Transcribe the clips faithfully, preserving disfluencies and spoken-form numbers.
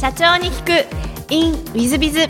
社長に聞く in ウィズビズ。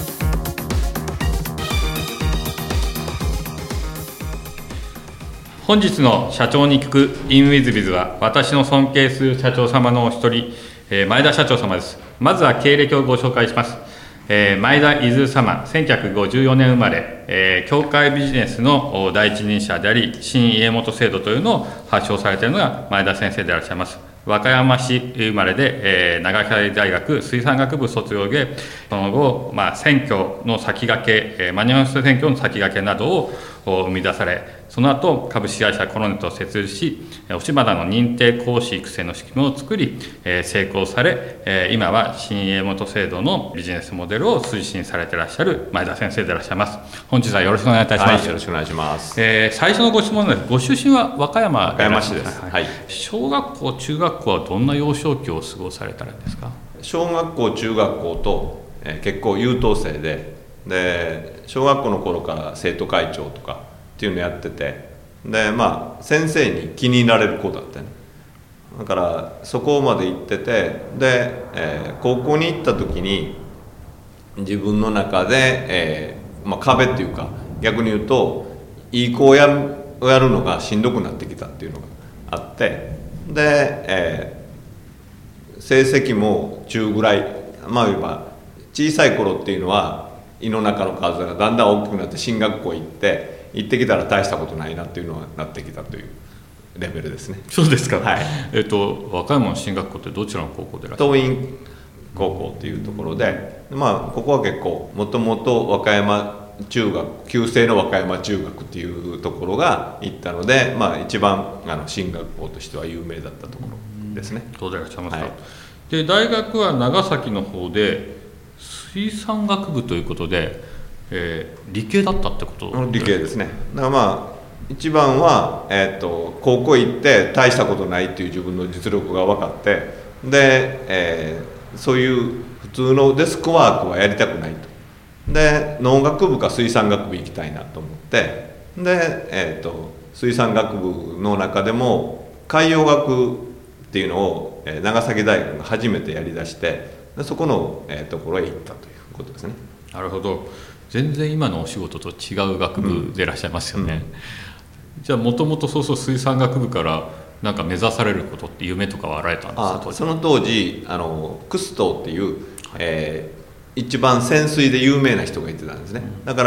本日の社長に聞く in ウィズビズは、私の尊敬する社長様のお一人、えー、前田社長様です。まずは経歴をご紹介します。えー、前田伊豆様、せんきゅうひゃくごじゅうよねん生まれ、えー、協会ビジネスの第一人者であり、新家元制度というのを発祥されているのが前田先生でいらっしゃいます。和歌山市生まれで、えー、長崎大学水産学部卒業で、その後、まあ、選挙の先駆け、えー、マニフェスト選挙の先駆けなどを生み出され、その後株式会社コロネットを設立し、押花の認定講師育成の仕組みを作り、えー、成功され、えー、今は新家元制度のビジネスモデルを推進されていらっしゃる前田先生でいらっしゃいます。本日はよろしくお願いいたします。 はい、よろしくお願いします。 えー、最初のご質問です。ご出身は和歌山和歌山市です。はい。 小学校、中学校はどんな幼少期を過ごされたんですか？ 小学校、中学校と、えー、結構優等生で、で小学校の頃から生徒会長とかっていうのやってて、でまあ先生に気に入られる子だったね。だからそこまで行ってて、で、えー、高校に行った時に自分の中で、えーまあ、壁っていうか、逆に言うといい子をやる、やるのがしんどくなってきたっていうのがあって、で、えー、成績も中ぐらい、まあ言えば小さい頃っていうのは胃の中の数がだんだん大きくなって進学校行って行ってきたら大したことないなっていうのがなってきたというレベルですね。 そうですか。 はい。 えっと和歌山の進学校ってどちらの高校でいらっしゃる？ 桐蔭高校っていうところで、まあここは結構もともと和歌山中学、旧制の和歌山中学っていうところが行ったので、まあ一番あの進学校としては有名だったところですね。 そうでいらっしゃいますか。 はい、 で大学は長崎の方で水産学部ということで、えー、理系だったってこと？ 理系ですね。だからまあ一番は、えー、と高校行って大したことないっていう自分の実力が分かって、で、えー、そういう普通のデスクワークはやりたくないと。で農学部か水産学部行きたいなと思って、で、えー、と水産学部の中でも海洋学っていうのを、えー、長崎大学が初めてやりだして、でそこの、えー、ところへ行ったということですね。 なるほど。全然今のお仕事と違う学部でいらっしゃいますよね。うんうん、じゃあもともとそうそう水産学部からなんか目指されることって夢とかはあられたんですか？ あその当時あのクストっていう、はい、えー、一番潜水で有名な人がいてたんですね。うん、だから、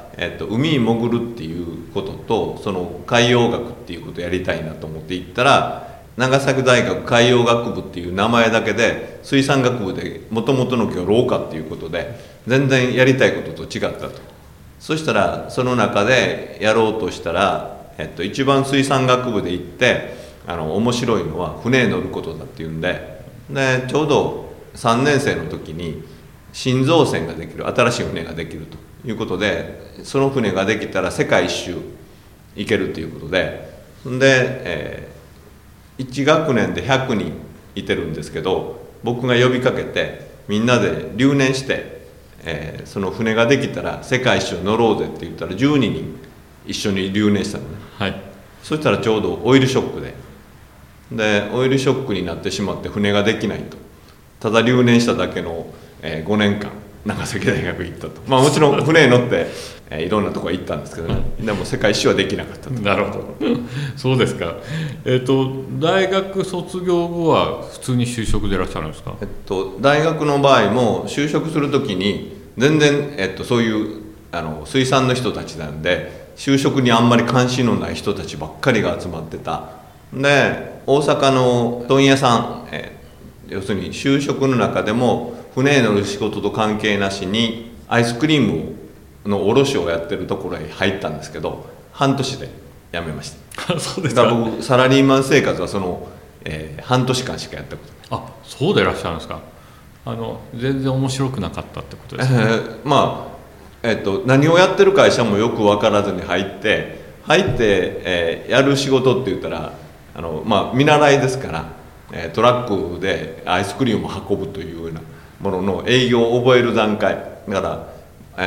えー、と海に潜るっていうこととその海洋学っていうことをやりたいなと思って行ったら、長崎大学海洋学部っていう名前だけで水産学部でもともとの今日廊下っていうことで全然やりたいことと違ったと。そしたらその中でやろうとしたら、えっと、一番水産学部で行ってあの面白いのは船に乗ることだっていうんで、でちょうどさんねん生の時に新造船ができる、新しい船ができるということで、その船ができたら世界一周行けるということで、で、えーいち学年でひゃくにんいてるんですけど、僕が呼びかけてみんなで留年して、えー、その船ができたら世界一周乗ろうぜって言ったらじゅうににん一緒に留年したのね。 はい、 そしたらちょうどオイルショックででオイルショックになってしまって船ができないと。ただ留年しただけの、えー、ごねんかん長崎大学行ったと。まあもちろん船に乗って、えー、いろんなところ行ったんですけどね。でも世界一周はできなかったと。 なるほど。そうですか。えっと大学卒業後は普通に就職でいらっしゃるんですか？ えっと大学の場合も就職するときに全然、えっと、そういうあの水産の人たちなんで、就職にあんまり関心のない人たちばっかりが集まってた。で大阪の問屋さん、えー、要するに就職の中でも船に乗る仕事と関係なしにアイスクリームの卸をやってるところへ入ったんですけど、半年で辞めました。 そうですか。 だから僕サラリーマン生活はその、えー、半年間しかやったことない。 あ、そうでいらっしゃるんですか。あの全然面白くなかったってことですね。 えー、まあ、えー、と何をやってる会社もよく分からずに入って入って、えー、やる仕事って言ったらあの、まあ、見習いですから、えー、トラックでアイスクリームを運ぶというようなものの営業を覚える段階だから、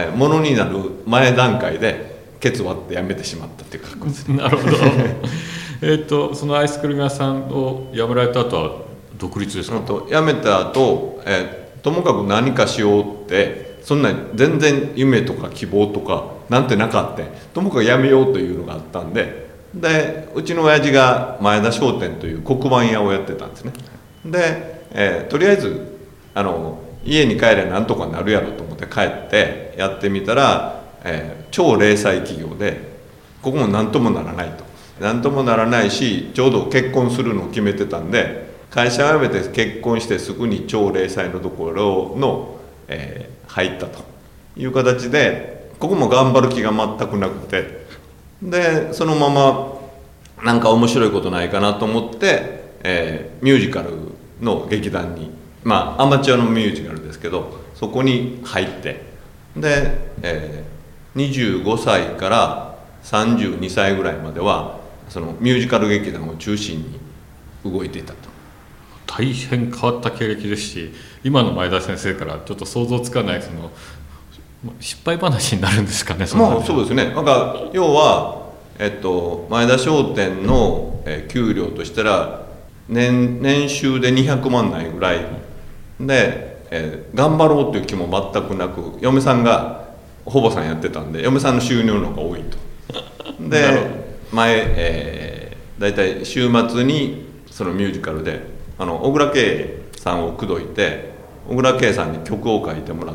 えー、ものになる前段階でケツ割って辞めてしまったっていう格好ですね。 なるほど。えっとそのアイスクリーム屋さんを辞められた後は独立ですか？ と辞めた後、えー、 ともかく何かしようってそんな全然夢とか希望とかなんてなかったともかくやめようというのがあったんで、でうちの親父が前田商店という黒板屋をやってたんですね。で、えー、とりあえずあの家に帰ればなんとかなるやろと思って帰ってやってみたら、えー、超零細企業でここも何ともならないと何ともならないし、ちょうど結婚するのを決めてたんで会社を辞めて結婚してすぐに超零細のところの、えー、入ったという形で、ここも頑張る気が全くなくて、でそのままなんか面白いことないかなと思って、えー、ミュージカルの劇団に、まあアマチュアのミュージカルですけどそこに入って、で、えー、にじゅうごさいからさんじゅうにさいぐらいまではそのミュージカル劇団を中心に動いていたと。 大変変わった経歴ですし、今の前田先生からちょっと想像つかないその失敗話になるんですかね。 まあそうですね。なんか要は、えっと、前田商店の、えー、給料としたら 年, 年収でにひゃくまんないぐらいで、えー、頑張ろうという気も全くなく、嫁さんがほぼさんやってたんで嫁さんの収入の方が多いと。で前、えー、大体週末にそのミュージカルであの小倉圭さんを口説いて小倉圭さんに曲を書いてもらって、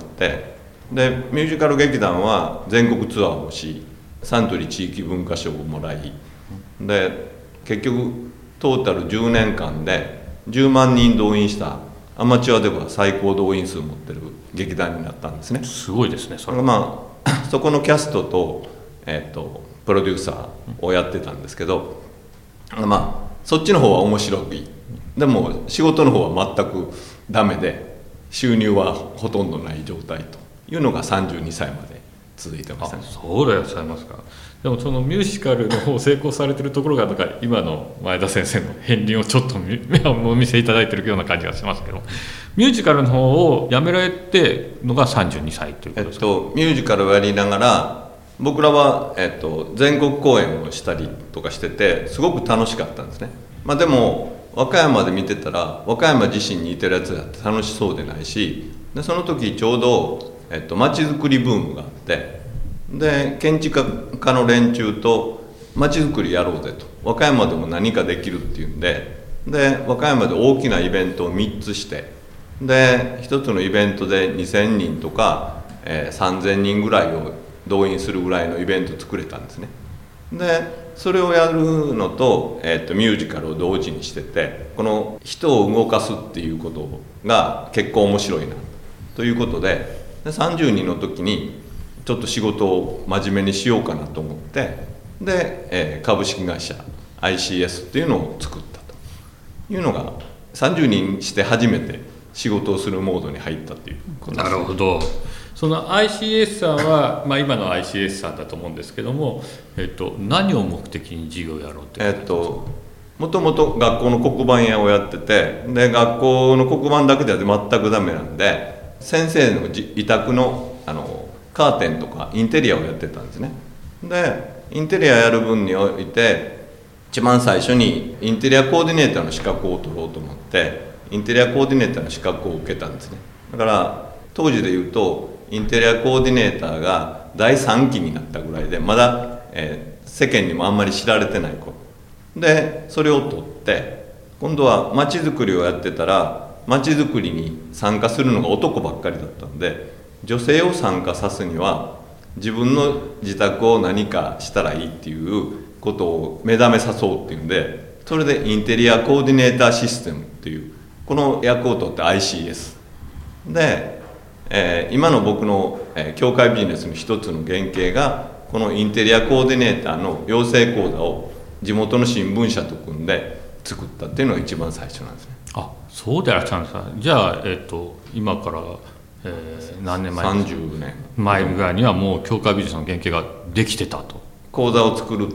でミュージカル劇団は全国ツアーをしサントリー地域文化賞をもらい、で結局トータルじゅうねんかんでじゅうまんにん動員したアマチュアでは最高動員数を持ってる劇団になったんですね。 すごいですねそれ。 まあそこのキャストと、えー、とプロデューサーをやってたんですけど、まあそっちの方は面白い、でも仕事の方は全くダメで収入はほとんどない状態というのがさんじゅうにさいまで続いてましたね。 あ、そうでいらっしゃいますか。でもそのミュージカルの方成功されてるところがなんか今の前田先生の片鱗をちょっとお見せいただいてるような感じがしますけど、ミュージカルの方をやめられてのがさんじゅうにさいということですか。 えっと、ミュージカルをやりながら僕らは、えっと、全国公演をしたりとかしててすごく楽しかったんですね。まあ、でも和歌山で見てたら和歌山自身にいてるやつだって楽しそうでないし、でその時ちょうど、えっと、街づくりブームがあって、で建築家の連中と街づくりやろうぜと、和歌山でも何かできるっていうんで、で和歌山で大きなイベントをみっつして、でひとつのイベントでにせんにんとか、えー、さんぜんにんぐらいを動員するぐらいのイベントを作れたんですね。でそれをやるのと、えー、とミュージカルを同時にしてて、この人を動かすっていうことが結構面白いなということで、でさんじゅうにんの時にちょっと仕事を真面目にしようかなと思って、で、えー、株式会社 アイシーエス っていうのを作ったというのがさんじゅうにんして初めて仕事をするモードに入ったということです。 なるほど。その アイシーエス さんは、まあ、今の アイシーエス さんだと思うんですけども、えっと、何を目的に事業をやろうってえっともともと学校の黒板屋をやってて、で学校の黒板だけでは全くダメなんで先生の委託の、あのカーテンとかインテリアをやってたんですね。でインテリアやる分において一番最初にインテリアコーディネーターの資格を取ろうと思ってインテリアコーディネーターの資格を受けたんですね。だから当時で言うとインテリアコーディネーターがだいさんきになったぐらいで、まだ、えー、世間にもあんまり知られてない頃で、それを取って今度は街づくりをやってたら街づくりに参加するのが男ばっかりだったんで、女性を参加さすには自分の自宅を何かしたらいいっていうことを目覚めさそうっていうんで、それでインテリアコーディネーターシステムっていうこの役を取って アイシーエス で、えー、今の僕の、えー、協会ビジネスの一つの原型がこのインテリアコーディネーターの養成講座を地元の新聞社と組んで作ったっていうのが一番最初なんですね。 あ、そうでいらっしゃるんですか。じゃあ、えー、と今から、えー、何年前さんじゅうねん前ぐらいにはもう協会ビジネスの原型ができてたと。 講座を作るって、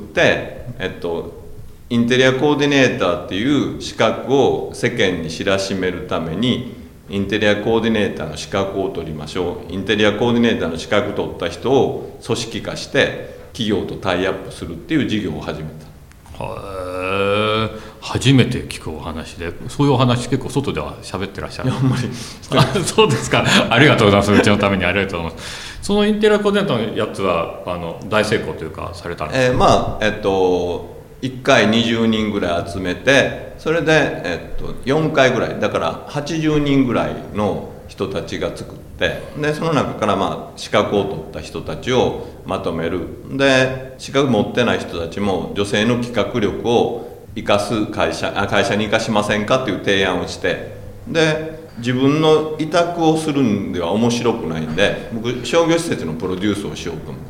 えっと、インテリアコーディネーターっていう資格を世間に知らしめるためにインテリアコーディネーターの資格を取りましょう、インテリアコーディネーターの資格取った人を組織化して企業とタイアップするっていう事業を始めた。 へえ、 初めて聞くお話で、そういうお話結構外では喋ってらっしゃる。 あんまりあ、そうですか。ありがとうございます。うちのためにありがとうございます。そのインテリアコーディネーターのやつはあの大成功というかされたんですか。 えー、まあえっといっかいにじゅうにんぐらい集めて、それで、えっと、よんかいぐらいだからはちじゅうにんぐらいの人たちが作って、でその中から、まあ、資格を取った人たちをまとめる。で資格持ってない人たちも女性の企画力を生かす会社あ会社に生かしませんかっていう提案をして、で自分の委託をするんでは面白くないんで、僕商業施設のプロデュースをしようと思って、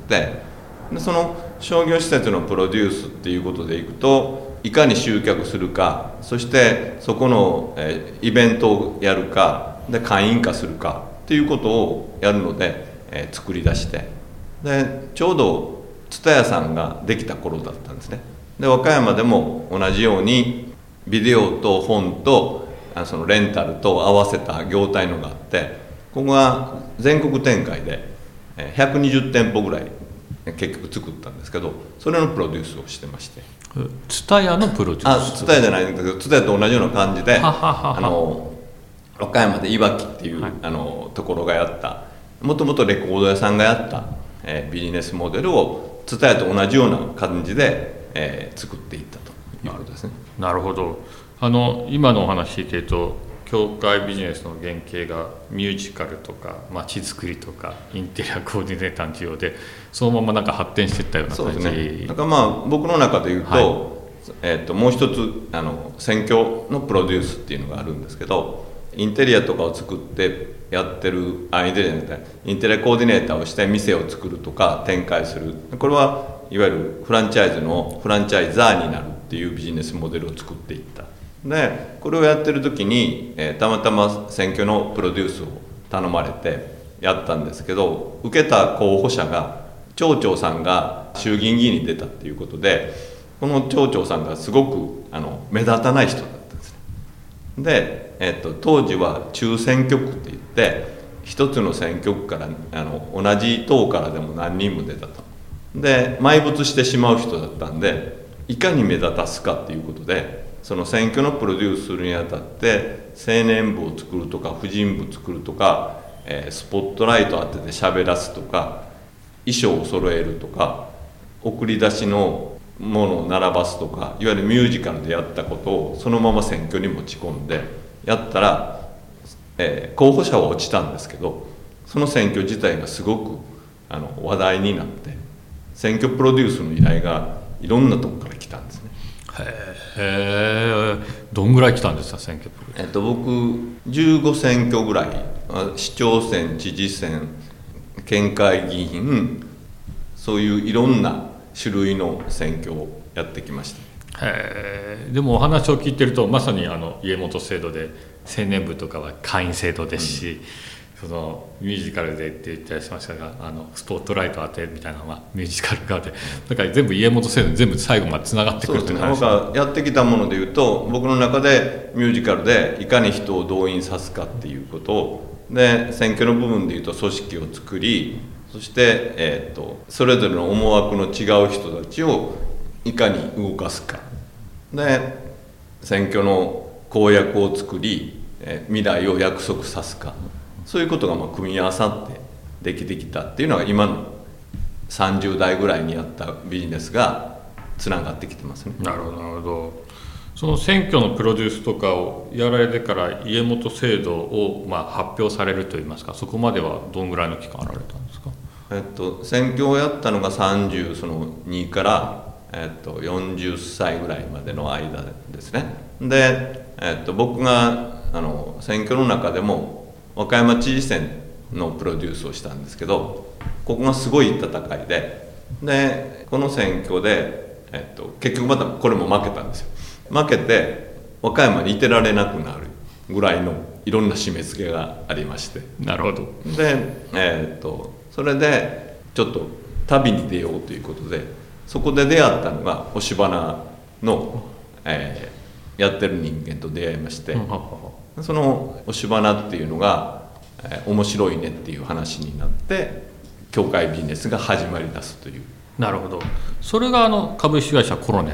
でその商業施設のプロデュースっていうことでいくと、いかに集客するか、そしてそこの、えー、イベントをやるかで会員化するかっていうことをやるので、えー、作り出して、でちょうど蔦屋さんができた頃だったんですね。で和歌山でも同じようにビデオと本とあそのレンタルと合わせた業態のがあって、ここが全国展開でひゃくにじゅってんぽぐらい結局作ったんですけど、それのプロデュースをしてまして。 蔦屋のプロデュース。 あ、蔦屋じゃないんだけど、蔦屋と同じような感じで、 ははははあの和歌山でいわきっていう、 はい、 あのところがやったもともとレコード屋さんがやった、えー、ビジネスモデルを蔦屋と同じような感じで、えー、作っていったということですね。 なるほど。あの今のお話聞いてると、教会ビジネスの原型がミュージカルとか街づくりとかインテリアコーディネーターの授業で、そのままなんか発展していったような感じ。 そうですね。だからまあ僕の中で言うと、はい、えー、ともう一つあの選挙のプロデュースっていうのがあるんですけど、インテリアとかを作ってやってるあインテリアじゃなくてインテリアコーディネーターをして店を作るとか展開する、これはいわゆるフランチャイズのフランチャイザーになるっていうビジネスモデルを作っていった。でこれをやってる時に、えー、たまたま選挙のプロデュースを頼まれてやったんですけど、受けた候補者が町長さんが衆議院議員に出たっていうことで、この町長さんがすごくあの目立たない人だったんですね。で、えー、と当時は中選挙区って言って一つの選挙区からあの同じ党からでも何人も出たと。で埋没してしまう人だったんで、いかに目立たすかっていうことで、その選挙のプロデュースするにあたって青年部を作るとか婦人部作るとか、えー、スポットライト当てて喋らすとか、衣装を揃えるとか、送り出しのものを並ばすとか、いわゆるミュージカルでやったことをそのまま選挙に持ち込んでやったら、えー、候補者は落ちたんですけど、その選挙自体がすごくあの話題になって、選挙プロデュースの依頼がいろんなとこから来たんですね。 へえ、どんぐらい来たんですか、選挙プロデュース。 えっと、僕じゅうご選挙ぐらい、市長選、知事選、県会議員、そういういろんな種類の選挙をやってきました。 へえ、でもお話を聞いてると、まさにあの家元制度で青年部とかは会員制度ですし、うん、そのミュージカルでって言ったりしましたが、あのスポットライト当てみたいなのはミュージカル側で、だから全部家元制度に全部最後までつながってくるという話。 そうですね、僕がやってきたものでいうと、僕の中でミュージカルでいかに人を動員さすかっていうことを、で選挙の部分でいうと組織を作り、そして、えー、とそれぞれの思惑の違う人たちをいかに動かすかで、選挙の公約を作り、えー、未来を約束さすか、そういうことがまあ組み合わさってできてきたっていうのが、今のさんじゅう代ぐらいにやったビジネスがつながってきてますね。 なるほどなるほど。その選挙のプロデュースとかをやられてから家元制度をまあ発表されるといいますか、そこまではどんぐらいの期間あられたんですか。 えっと、選挙をやったのがさんじゅうにから、えっと、よんじゅっさいぐらいまでの間ですね。で、えっと、僕があの選挙の中でも和歌山知事選のプロデュースをしたんですけど、ここがすごい戦いで、でこの選挙で、えっと、結局またこれも負けたんですよ。負けて和歌山にいてられなくなるぐらいのいろんな締め付けがありまして、 なるほど。 で、えっとそれでちょっと旅に出ようということで、そこで出会ったのが押し花の、えー、やってる人間と出会いまして、その押し花っていうのが、えー、面白いねっていう話になって、協会ビジネスが始まりだすという。 なるほど。それがあの株式会社コロネ。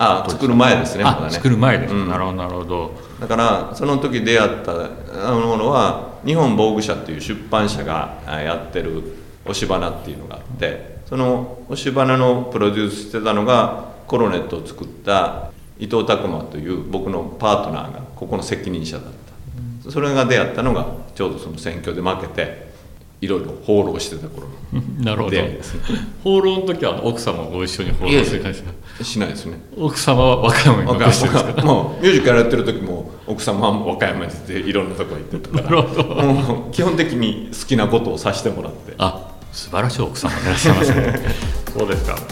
あ作る前ですね。 あ、 まだね作る前です、 うん、 なるほどなるほど。 だからその時出会ったものは日本防具社っていう出版社がやってる押し花っていうのがあって、その押し花のプロデュースしてたのがコロネットを作った伊藤拓磨という僕のパートナーがここの責任者だった。それが出会ったのがちょうどその選挙で負けていろいろ放浪してた頃の出会いですね。 放浪の時は奥様ご一緒に放浪する感じですか？ しないですね。 奥様は和歌山に残してるんですか？ もうミュージカルやってる時も奥様は和歌山に行っていろんなとこ行ってたから、もう基本的に好きなことをさせてもらって。 あ、素晴らしい奥様でいらっしゃいますね。そうですか。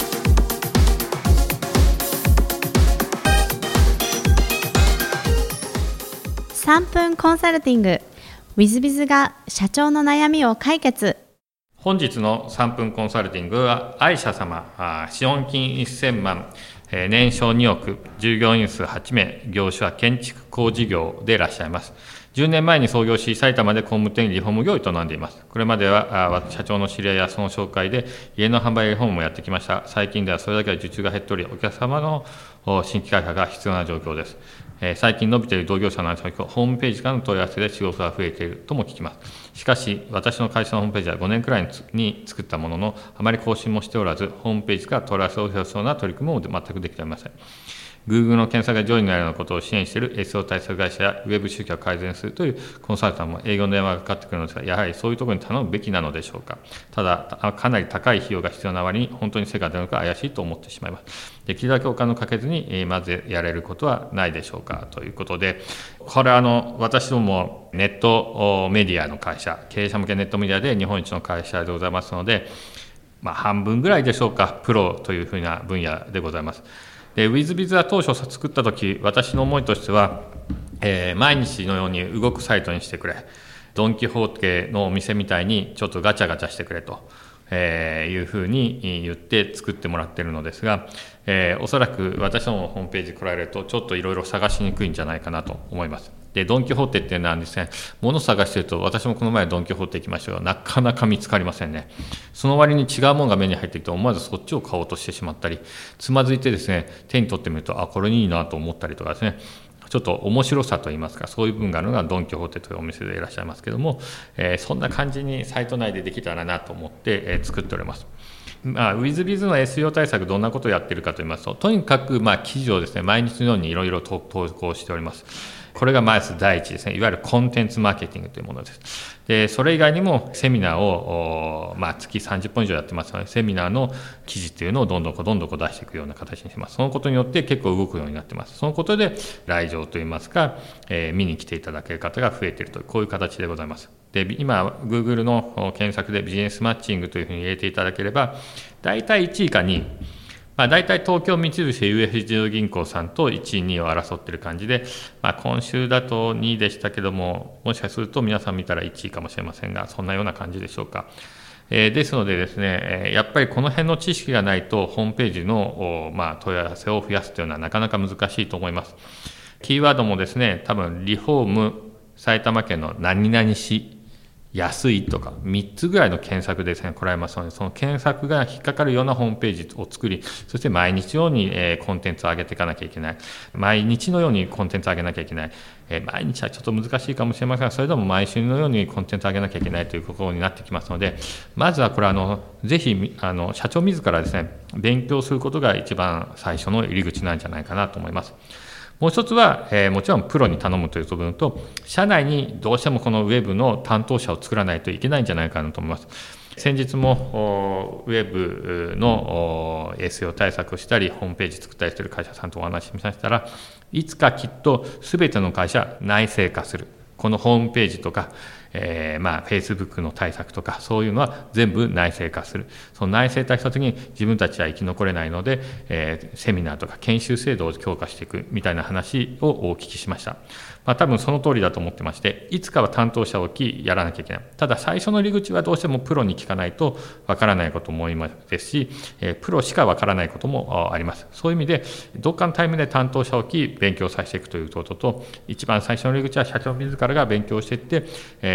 さんぷんコンサルティング ウィズビズ が社長の悩みを解決。 本日のさんぷんコンサルティングは愛社様、資本金せんまん、年商におく、従業員数はちめい、業種は建築工事業でいらっしゃいます。じゅうねんまえに創業し、埼玉で工務店リフォーム業を営んでいます。これまでは社長の知り合いやその紹介で家の販売リフォームもやってきました。最近ではそれだけは受注が減っており、お客様の新規開発が必要な状況です。最近伸びている同業者のホームページからの問い合わせで仕事が増えているとも聞きます。しかし、私の会社のホームページはごねんくらいに作ったものの、あまり更新もしておらず、ホームページから問い合わせを増やすような取り組みも全くできておりません。Google の検索が上位になるようなことを支援している エスイーオー 対策会社やウェブ集客を改善するというコンサルタントも営業の電話がかかってくるのですが、やはりそういうところに頼むべきなのでしょうか。ただ、かなり高い費用が必要な割に本当に成果が出るのか怪しいと思ってしまいます。できるだけお金をかけずに、まずやれることはないでしょうかということで、これはあの私どもネットメディアの会社、経営者向けネットメディアで日本一の会社でございますので、まあ、半分ぐらいでしょうか、プロというふうな分野でございます。で、ウィズビズは当初作ったとき、私の思いとしては、えー、毎日のように動くサイトにしてくれ、ドン・キホーテのお店みたいにちょっとガチャガチャしてくれと、えー、いうふうに言って作ってもらっているのですが、えー、おそらく私のホームページ来られるとちょっといろいろ探しにくいんじゃないかなと思います。で、ドン・キホーテっていうのはですね、物を探していると、私もこの前ドン・キホーテ行きましたが、なかなか見つかりませんね。その割に違うものが目に入ってきて、思わずそっちを買おうとしてしまったり、つまずいてですね、手に取ってみると、あ、これいいなと思ったりとかですね、ちょっと面白さといいますか、そういう部分があるのがドン・キホーテというお店でいらっしゃいますけども、えー、そんな感じにサイト内でできたらなと思って、えー、作っております。まあ、ウィズビズの エスイーオー 対策、どんなことをやっているかといいますと、とにかくまあ記事をですね、毎日のようにいろいろ投稿しております。これがまず第一ですね。いわゆるコンテンツマーケティングというものです。で、それ以外にもセミナーを、まあ、月さんじゅっぽん以上やってますので、セミナーの記事というのをどんどんどんどん出していくような形にします。そのことによって結構動くようになってます。そのことで来場といいますか、えー、見に来ていただける方が増えているという、こういう形でございます。で、今、Google の検索でビジネスマッチングというふうに入れていただければ、だいたいいちいかにい、まあ、大体東京三菱 ユーエフジー 自動銀行さんといちい、にいを争っている感じで、まあ、今週だとにいでしたけども、もしかすると皆さん見たらいちいかもしれませんが、そんなような感じでしょうか。えー、ですのでですね、やっぱりこの辺の知識がないと、ホームページの、まあ、問い合わせを増やすというのはなかなか難しいと思います。キーワードもですね、多分リフォーム、埼玉県の何々市、安いとかみっつぐらいの検索でですね、来られますので、その検索が引っかかるようなホームページを作り、そして毎日のように、えー、コンテンツを上げていかなきゃいけない。毎日のようにコンテンツを上げなきゃいけない。えー、毎日はちょっと難しいかもしれませんが、それでも毎週のようにコンテンツを上げなきゃいけないということになってきますので、まずはこれはあの、ぜひあの社長自らですね、勉強することが一番最初の入り口なんじゃないかなと思います。もう一つは、えー、もちろんプロに頼むという部分と、社内にどうしてもこのウェブの担当者を作らないといけないんじゃないかなと思います。先日もウェブの エスイーオー 対策をしたり、ホームページ作ったりしている会社さんとお話ししましたら、いつかきっとすべての会社内製化する。このホームページとか、えー、まあ Facebook の対策とか、そういうのは全部内製化する。その内製化したときに自分たちは生き残れないので、えー、セミナーとか研修制度を強化していくみたいな話をお聞きしました。まあ多分その通りだと思ってまして、いつかは担当者を置きやらなきゃいけない。ただ最初の入り口はどうしてもプロに聞かないとわからないことも多いですし、えー、プロしかわからないこともあります。そういう意味で、どっかのタイミングで担当者を置き勉強させていくということと、一番最初の入り口は社長自らが勉強していって、えー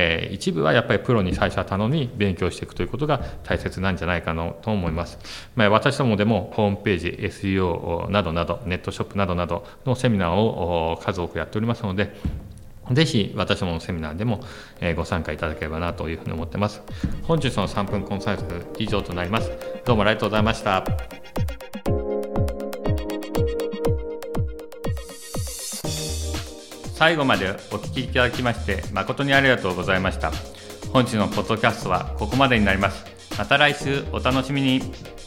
えー、一部はやっぱりプロに最初は頼み勉強していくということが大切なんじゃないかなと思います。まあ、私どもでもホームページ エスイーオー などなどネットショップなどなどのセミナーを数多くやっておりますので、ぜひ私どものセミナーでもご参加いただければなというふうに思っています。本日のさんぷんコンサルティング以上となります。どうもありがとうございました。最後までお聞きいただきまして誠にありがとうございました。本日のポッドキャストはここまでになります。また来週お楽しみに。